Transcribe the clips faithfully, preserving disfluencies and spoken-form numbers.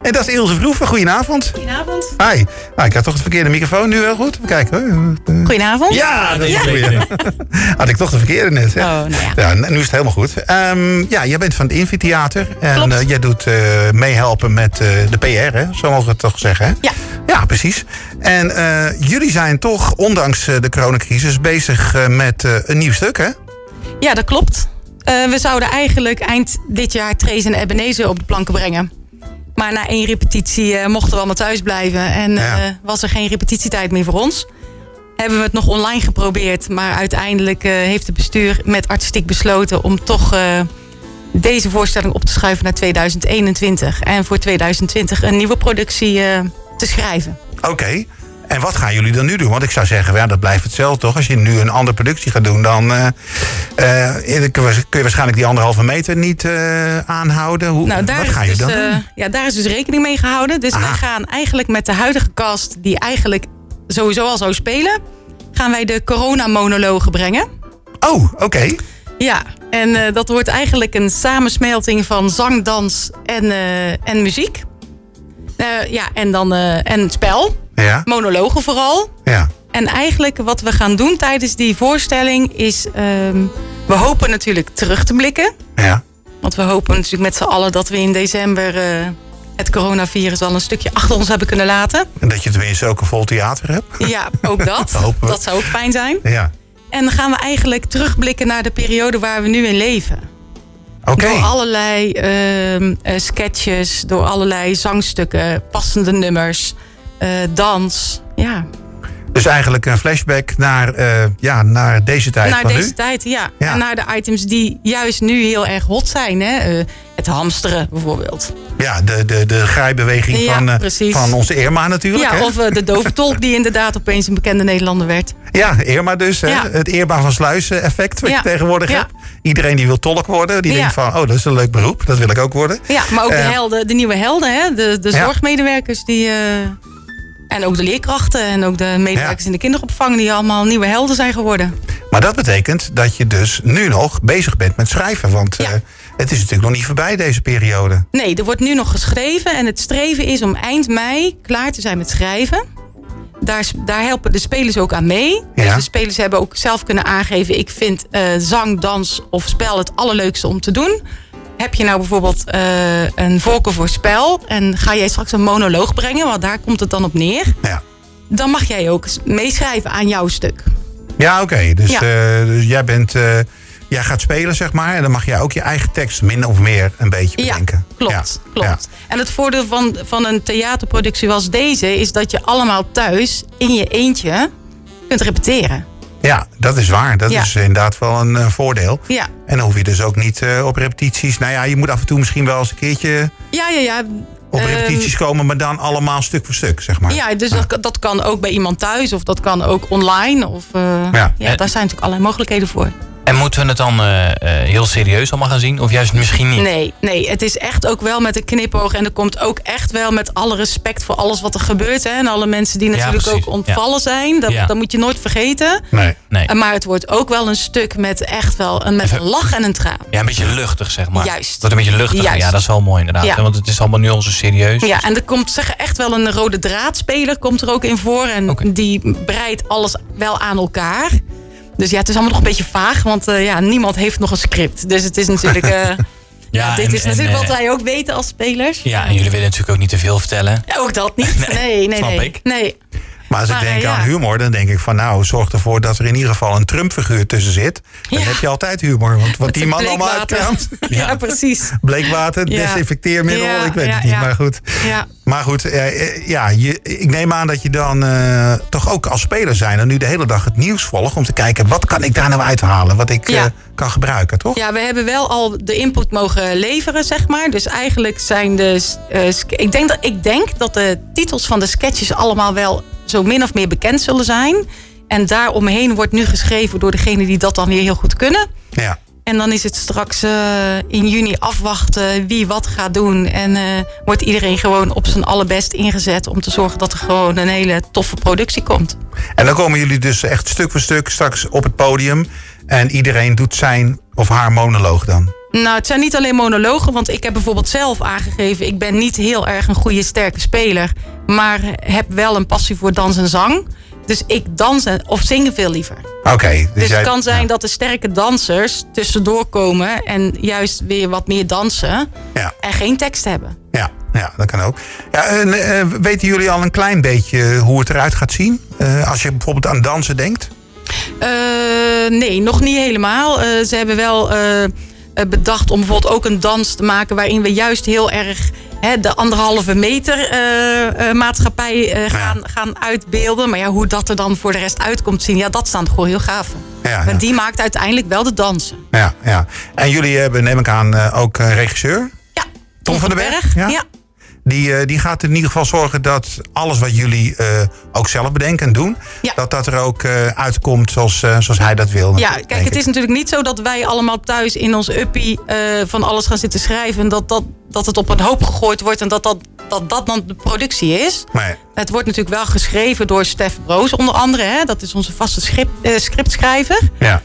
En dat is Ilse Verhoeven. Goedenavond. Goedenavond. Hi. Ah, ik had toch de verkeerde microfoon. Nu heel goed. Even kijken. Goedenavond. Ja, dat is ja. goed. Had ik toch de verkeerde net. Hè? Oh, nou ja. Ja, nu is het helemaal goed. Um, ja, jij bent van het Infi-theater. En uh, jij doet uh, meehelpen met uh, de P R, hè? Zo mogen we het toch zeggen, hè? Ja. Ja, precies. En uh, jullie zijn toch, ondanks uh, de coronacrisis, bezig uh, met uh, een nieuw stuk, hè? Ja, dat klopt. Uh, we zouden eigenlijk eind dit jaar Trace en Ebenezer op de planken brengen. Maar na één repetitie uh, mochten we allemaal thuis blijven. En uh, ja. was er geen repetitietijd meer voor ons. Hebben we het nog online geprobeerd. Maar uiteindelijk uh, heeft het bestuur met artistiek besloten om toch uh, deze voorstelling op te schuiven naar tweeduizend eenentwintig. En voor tweeduizend twintig een nieuwe productie uh, te schrijven. Oké. Okay. En wat gaan jullie dan nu doen? Want ik zou zeggen, ja, dat blijft hetzelfde toch? Als je nu een andere productie gaat doen, dan uh, uh, kun je waarschijnlijk die anderhalve meter niet uh, aanhouden. Hoe, nou, daar wat ga je dus, dan uh, doen? Ja, daar is dus rekening mee gehouden. Dus Aha. wij gaan eigenlijk met de huidige cast, die eigenlijk sowieso al zou spelen, gaan wij de corona-monologen brengen. Oh, oké. Okay. Ja, en uh, dat wordt eigenlijk een samensmelting van zang, dans en, uh, en muziek. Uh, ja, en dan uh, en spel. Ja. Monologen vooral. Ja. En eigenlijk wat we gaan doen tijdens die voorstelling is, um, we hopen natuurlijk terug te blikken. Ja. Want we hopen natuurlijk met z'n allen dat we in december uh, het coronavirus al een stukje achter ons hebben kunnen laten. En dat je tenminste ook een vol theater hebt. Ja, ook dat. Dat zou ook fijn zijn. Ja. En dan gaan we eigenlijk terugblikken naar de periode waar we nu in leven. Okay. Door allerlei uh, uh, sketches, door allerlei zangstukken, passende nummers, uh, dans. Ja. Dus eigenlijk een flashback naar, uh, ja, naar deze tijd naar van deze nu? tijd, ja. ja. En naar de items die juist nu heel erg hot zijn. Hè? Uh, het hamsteren bijvoorbeeld. Ja, de, de, de grijbeweging ja, van, uh, van onze Irma natuurlijk. Ja, hè? of uh, de dove tolk die inderdaad opeens een bekende Nederlander werd. Ja, Irma dus. Ja. Hè? Het Irma van Sluis effect wat ja. je tegenwoordig ja. hebt. Iedereen die wil tolk worden, die ja. denkt van, oh, dat is een leuk beroep. Dat wil ik ook worden. Ja, maar ook uh, de helden, de nieuwe helden, hè? De, de ja. zorgmedewerkers die... Uh, en ook de leerkrachten en ook de medewerkers ja. in de kinderopvang die allemaal nieuwe helden zijn geworden. Maar dat betekent dat je dus nu nog bezig bent met schrijven. Want ja. uh, het is natuurlijk nog niet voorbij deze periode. Nee, er wordt nu nog geschreven. En het streven is om eind mei klaar te zijn met schrijven. Daar, daar helpen de spelers ook aan mee. Ja. Dus de spelers hebben ook zelf kunnen aangeven... ik vind uh, zang, dans of spel het allerleukste om te doen. Heb je nou bijvoorbeeld uh, een voorkeur voor spel... en ga jij straks een monoloog brengen... want daar komt het dan op neer... Ja. dan mag jij ook meeschrijven aan jouw stuk. Ja, oké. Okay. Dus, ja. uh, dus jij bent... Uh, jij gaat spelen, zeg maar... en dan mag jij ook je eigen tekst min of meer een beetje bedenken. Ja, klopt. Ja. klopt. Ja. En het voordeel van, van een theaterproductie als deze... is dat je allemaal thuis in je eentje kunt repeteren. Ja, dat is waar. Dat ja. is inderdaad wel een uh, voordeel. Ja. En dan hoef je dus ook niet uh, op repetities... Nou ja, je moet af en toe misschien wel eens een keertje... Ja, ja, ja. op repetities um, komen, maar dan allemaal stuk voor stuk, zeg maar. Ja, dus ja. Dat, dat kan ook bij iemand thuis... of dat kan ook online. Of, uh, ja. Ja, daar zijn natuurlijk allerlei mogelijkheden voor. En moeten we het dan uh, uh, heel serieus allemaal gaan zien? Of juist misschien niet? Nee, nee, het is echt ook wel met een knipoog. En er komt ook echt wel met alle respect voor alles wat er gebeurt. Hè, en alle mensen die natuurlijk ja, ook ontvallen ja. zijn. Dat, ja. dat moet je nooit vergeten. Nee. nee. Maar het wordt ook wel een stuk met echt wel een, met een lach en een traan. Ja, een beetje luchtig, zeg maar. Juist. Het wordt een beetje luchtig. Juist. Ja, dat is wel mooi inderdaad. Ja. Want het is allemaal nu al zo serieus. Ja, en er komt zeg, echt wel een rode draadspeler komt er ook in voor. En okay. die breidt alles wel aan elkaar. Dus ja, het is allemaal nog een beetje vaag, want uh, ja, niemand heeft nog een script. Dus het is natuurlijk... Uh, ja, ja, dit en, is natuurlijk en, wat wij ook weten als spelers. Ja, en jullie willen natuurlijk ook niet te veel vertellen. Ook dat niet. Nee, nee, nee. Snap nee. ik. nee. Maar als ik maar, denk ja. aan humor, dan denk ik van nou, zorg ervoor dat er in ieder geval een Trump-figuur tussen zit. Dan ja. heb je altijd humor. Want wat die man allemaal uitkraamt. Ja, ja, precies. Bleekwater, ja. desinfecteermiddel, ja, ik weet ja, het niet, ja. maar goed. Ja. Maar goed, uh, ja, je, ik neem aan dat je dan uh, toch ook als speler zijn en nu de hele dag het nieuws volgt om te kijken, wat kan ik daar nou uithalen, wat ik ja. uh, kan gebruiken, toch? Ja, we hebben wel al de input mogen leveren, zeg maar. Dus eigenlijk zijn de... Uh, ik, denk dat, ik denk dat de titels van de sketches allemaal wel zo min of meer bekend zullen zijn. En daaromheen wordt nu geschreven door degenen die dat dan weer heel goed kunnen. Ja. En dan is het straks uh, in juni afwachten wie wat gaat doen. En uh, wordt iedereen gewoon op zijn allerbest ingezet om te zorgen dat er gewoon een hele toffe productie komt. En dan komen jullie dus echt stuk voor stuk straks op het podium. En iedereen doet zijn of haar monoloog dan? Nou, het zijn niet alleen monologen, want ik heb bijvoorbeeld zelf aangegeven... ik ben niet heel erg een goede, sterke speler... maar heb wel een passie voor dans en zang. Dus ik dans en, of zing veel liever. Oké. Okay, dus dus jij, het kan zijn ja. dat de sterke dansers tussendoor komen... en juist weer wat meer dansen ja. en geen tekst hebben. Ja, ja, dat kan ook. Ja, en, uh, weten jullie al een klein beetje hoe het eruit gaat zien? Uh, als je bijvoorbeeld aan dansen denkt? Uh, nee, nog niet helemaal. Uh, ze hebben wel... Uh, bedacht om bijvoorbeeld ook een dans te maken... waarin we juist heel erg hè, de anderhalve meter uh, uh, maatschappij uh, gaan, ja. gaan uitbeelden. Maar ja, hoe dat er dan voor de rest uitkomt zien... ja, dat staan gewoon heel gaaf. Ja, Want ja. die maakt uiteindelijk wel de dansen. Ja, ja. En jullie hebben, neem ik aan, uh, ook een regisseur? Ja. Tom, Tom van den Berg? Berg. Ja. ja. Die, uh, die gaat in ieder geval zorgen dat alles wat jullie uh, ook zelf bedenken en doen... Ja. dat dat er ook uh, uitkomt zoals, uh, zoals hij dat wil. Ja, kijk, het is natuurlijk niet zo dat wij allemaal thuis in ons uppie... Uh, van alles gaan zitten schrijven... en dat, dat, dat het op een hoop gegooid wordt... en dat dat, dat, dat dan de productie is. Nee. Het wordt natuurlijk wel geschreven door Stef Broos onder andere. Hè? Dat is onze vaste script, uh, scriptschrijver. Ja.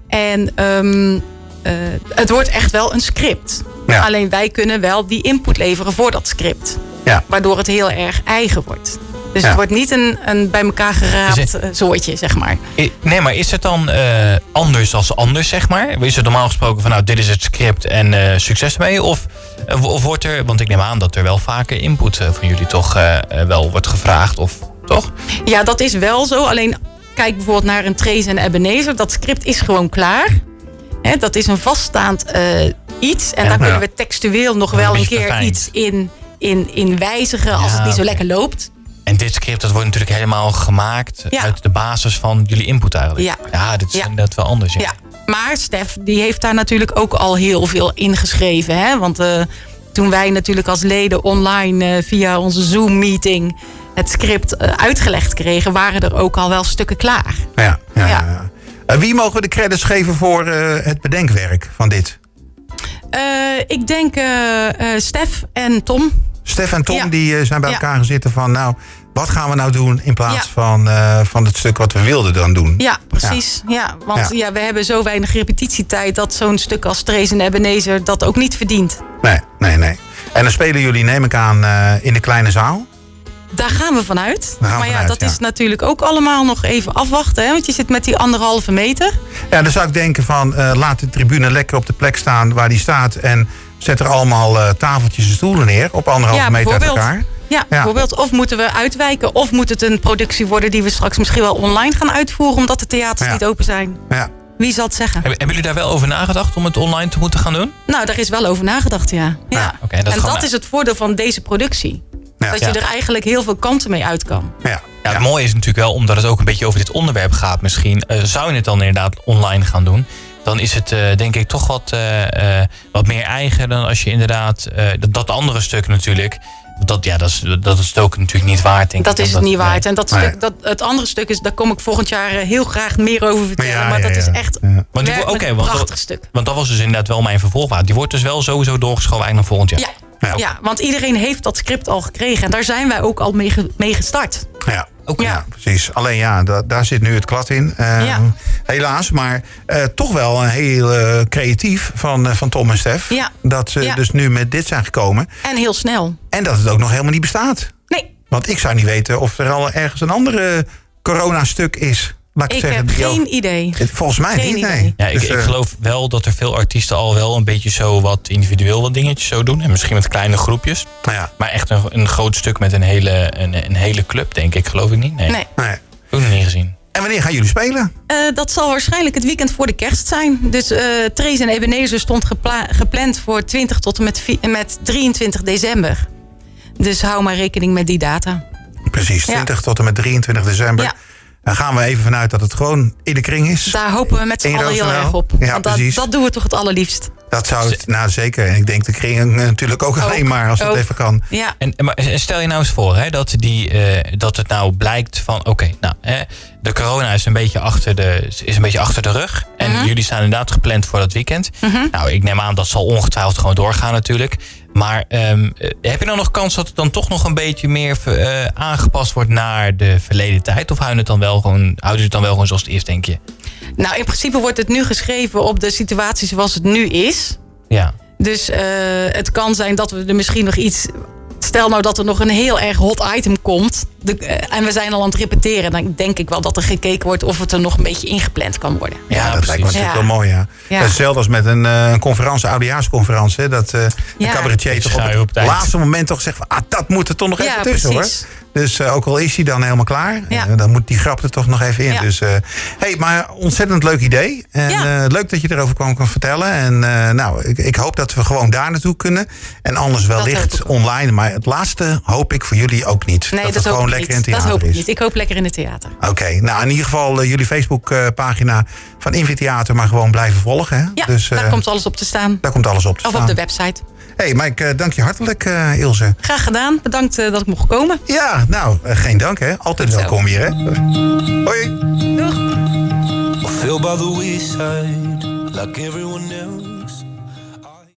En um, uh, het wordt echt wel een script. Ja. Alleen wij kunnen wel die input leveren voor dat script. Ja. Waardoor het heel erg eigen wordt. Dus ja. het wordt niet een, een bij elkaar geraapt het, soortje, zeg maar. Nee, maar is het dan uh, anders als anders, zeg maar? Is het normaal gesproken van, nou, dit is het script en uh, succes ermee? Of, uh, of wordt er, want ik neem aan dat er wel vaker input uh, van jullie toch uh, uh, wel wordt gevraagd, of toch? Ja, dat is wel zo. Alleen, kijk bijvoorbeeld naar een Trace en Ebenezer. Dat script is gewoon klaar. He, dat is een vaststaand uh, iets. En ja, daar kunnen we textueel nog wel een keer verfijnd. iets in, in, in wijzigen als ja, het niet zo lekker loopt. En dit script dat wordt natuurlijk helemaal gemaakt ja. uit de basis van jullie input eigenlijk. Ja, ja dat is ja. inderdaad wel anders. Ja. ja, maar Stef die heeft daar natuurlijk ook al heel veel in geschreven. Hè? Want uh, toen wij natuurlijk als leden online uh, via onze Zoom-meeting het script uh, uitgelegd kregen, waren er ook al wel stukken klaar. Ja, ja, ja. ja. Uh, wie mogen we de credits geven voor uh, het bedenkwerk van dit? Uh, ik denk uh, uh, Stef en Tom. Stef en Tom ja. die uh, zijn bij elkaar ja. gaan zitten van... nou, wat gaan we nou doen in plaats ja. van, uh, van het stuk wat we wilden dan doen? Ja, precies. Ja. Ja, want ja. Ja, we hebben zo weinig repetitietijd... dat zo'n stuk als Trace en Ebenezer dat ook niet verdient. Nee, nee, nee. En dan spelen jullie, neem ik aan, uh, in de kleine zaal? Daar gaan we vanuit. Gaan we maar ja, vanuit, dat ja. is natuurlijk ook allemaal nog even afwachten. Hè? Want je zit met die anderhalve meter. Ja, dan zou ik denken van... Uh, laat de tribune lekker op de plek staan waar die staat... en zet er allemaal uh, tafeltjes en stoelen neer op anderhalve ja, meter uit elkaar. Ja, ja, bijvoorbeeld. Of moeten we uitwijken... of moet het een productie worden die we straks misschien wel online gaan uitvoeren... omdat de theaters ja. niet open zijn. Ja. Wie zal het zeggen? Hebben, hebben jullie daar wel over nagedacht om het online te moeten gaan doen? Nou, daar is wel over nagedacht, ja. ja. ja okay, dat en dat is het voordeel van deze productie. Ja. Dat je ja. er eigenlijk heel veel kanten mee uit kan. Ja. Ja, het ja. mooie is natuurlijk wel, omdat het ook een beetje over dit onderwerp gaat misschien... Uh, zou je het dan inderdaad online gaan doen... dan is het uh, denk ik toch wat, uh, uh, wat meer eigen dan als je inderdaad... Uh, dat, dat andere stuk natuurlijk... Dat, ja, dat, is, dat is het ook natuurlijk niet waard, denk dat ik. Is het dat, niet waard. Nee. En dat nee. stuk, dat, het andere stuk is, daar kom ik volgend jaar heel graag meer over vertellen. Ja, maar ja, dat ja. is echt ja. maar die, okay, een want, prachtig want, stuk. Want dat was dus inderdaad wel mijn vervolgwaard. Die wordt dus wel sowieso doorgeschoven eigenlijk naar volgend jaar. Ja. Ja. ja, want iedereen heeft dat script al gekregen. En daar zijn wij ook al mee, ge, mee gestart. Ja. Okay. Ja, precies. Alleen ja, da, daar zit nu het klad in. Uh, ja. Helaas, maar uh, toch wel een heel uh, creatief van, uh, van Tom en Stef. Ja. Dat ze ja. dus nu met dit zijn gekomen. En heel snel. En dat het ook nog helemaal niet bestaat. Nee. Want ik zou niet weten of er al ergens een andere corona-stuk is. Laat ik ik zeggen, heb geen al... idee. Volgens mij geen niet, idee. nee. Ja, ik, dus, uh... ik geloof wel dat er veel artiesten al wel een beetje zo wat individueel wat dingetjes zo doen. En misschien met kleine groepjes. Ja. Maar echt een, een groot stuk met een hele, een, een hele club, denk ik. Geloof ik niet. Nee. nee. nee. Ook nog niet gezien. En wanneer gaan jullie spelen? Uh, dat zal waarschijnlijk het weekend voor de kerst zijn. Dus uh, Trace en Ebenezer stond gepla- gepland voor twintig tot en met, vi- met drieëntwintig december. Dus hou maar rekening met die data. Precies, twintig ja. tot en met drieëntwintig december. Ja. Dan gaan we even vanuit dat het gewoon in de kring is. Daar hopen we met z'n allen heel erg op. Ja, Want dat, dat doen we toch het allerliefst. Dat zou het, nou zeker. En ik denk de kring natuurlijk ook, ook alleen maar, als ook. het even kan. Ja. En, maar stel je nou eens voor hè, dat, die, uh, dat het nou blijkt van... oké, okay, nou, hè, de corona is een beetje achter de, is een beetje achter de rug. En uh-huh. jullie staan inderdaad gepland voor dat weekend. Uh-huh. Nou, ik neem aan dat zal ongetwijfeld gewoon doorgaan natuurlijk. Maar um, heb je dan nog kans dat het dan toch nog een beetje meer uh, aangepast wordt naar de verleden tijd? Of houden het dan wel gewoon, houden het dan wel gewoon zoals het is, denk je? Nou, in principe wordt het nu geschreven op de situatie zoals het nu is. Ja. Dus uh, het kan zijn dat we er misschien nog iets... Stel nou dat er nog een heel erg hot item komt. De, uh, en we zijn al aan het repeteren. Dan denk ik wel dat er gekeken wordt of het er nog een beetje ingepland kan worden. Ja, Ja, dat precies. lijkt me natuurlijk Ja. wel mooi, ja. Ja. Dat is hetzelfde als met een uh, conferentie, oudejaarsconferentie. Dat uh, Ja. een cabaretier toch op Schuif het op tijd. laatste moment toch zegt van... Ah, dat moet er toch nog Ja, even tussen, precies. hoor. Dus uh, ook al is hij dan helemaal klaar... Ja. Uh, dan moet die grap er toch nog even in. Ja. Dus, uh, hey, maar ontzettend leuk idee. En Ja. uh, leuk dat je erover kwam kan vertellen. En uh, nou, ik, ik hoop dat we gewoon daar naartoe kunnen. En anders hoop wellicht ik ook. online. Maar het laatste hoop ik voor jullie ook niet. Nee, dat, het hoop gewoon ik lekker niet. in het Dat theater hoop ik is. niet. Ik hoop lekker in het theater. Oké, okay, nou in ieder geval uh, jullie Facebookpagina van Invitheater maar gewoon blijven volgen. Hè? Ja, dus, uh, daar komt alles op te staan. daar komt alles op te Of staan. op de website. Hé, hey, maar ik uh, dank je hartelijk, uh, Ilse. Graag gedaan. Bedankt uh, dat ik mocht komen. Ja, nou, uh, geen dank hè. Altijd Goed zo. welkom hier hè. Hoi. Doeg. I feel by the wayside like everyone else.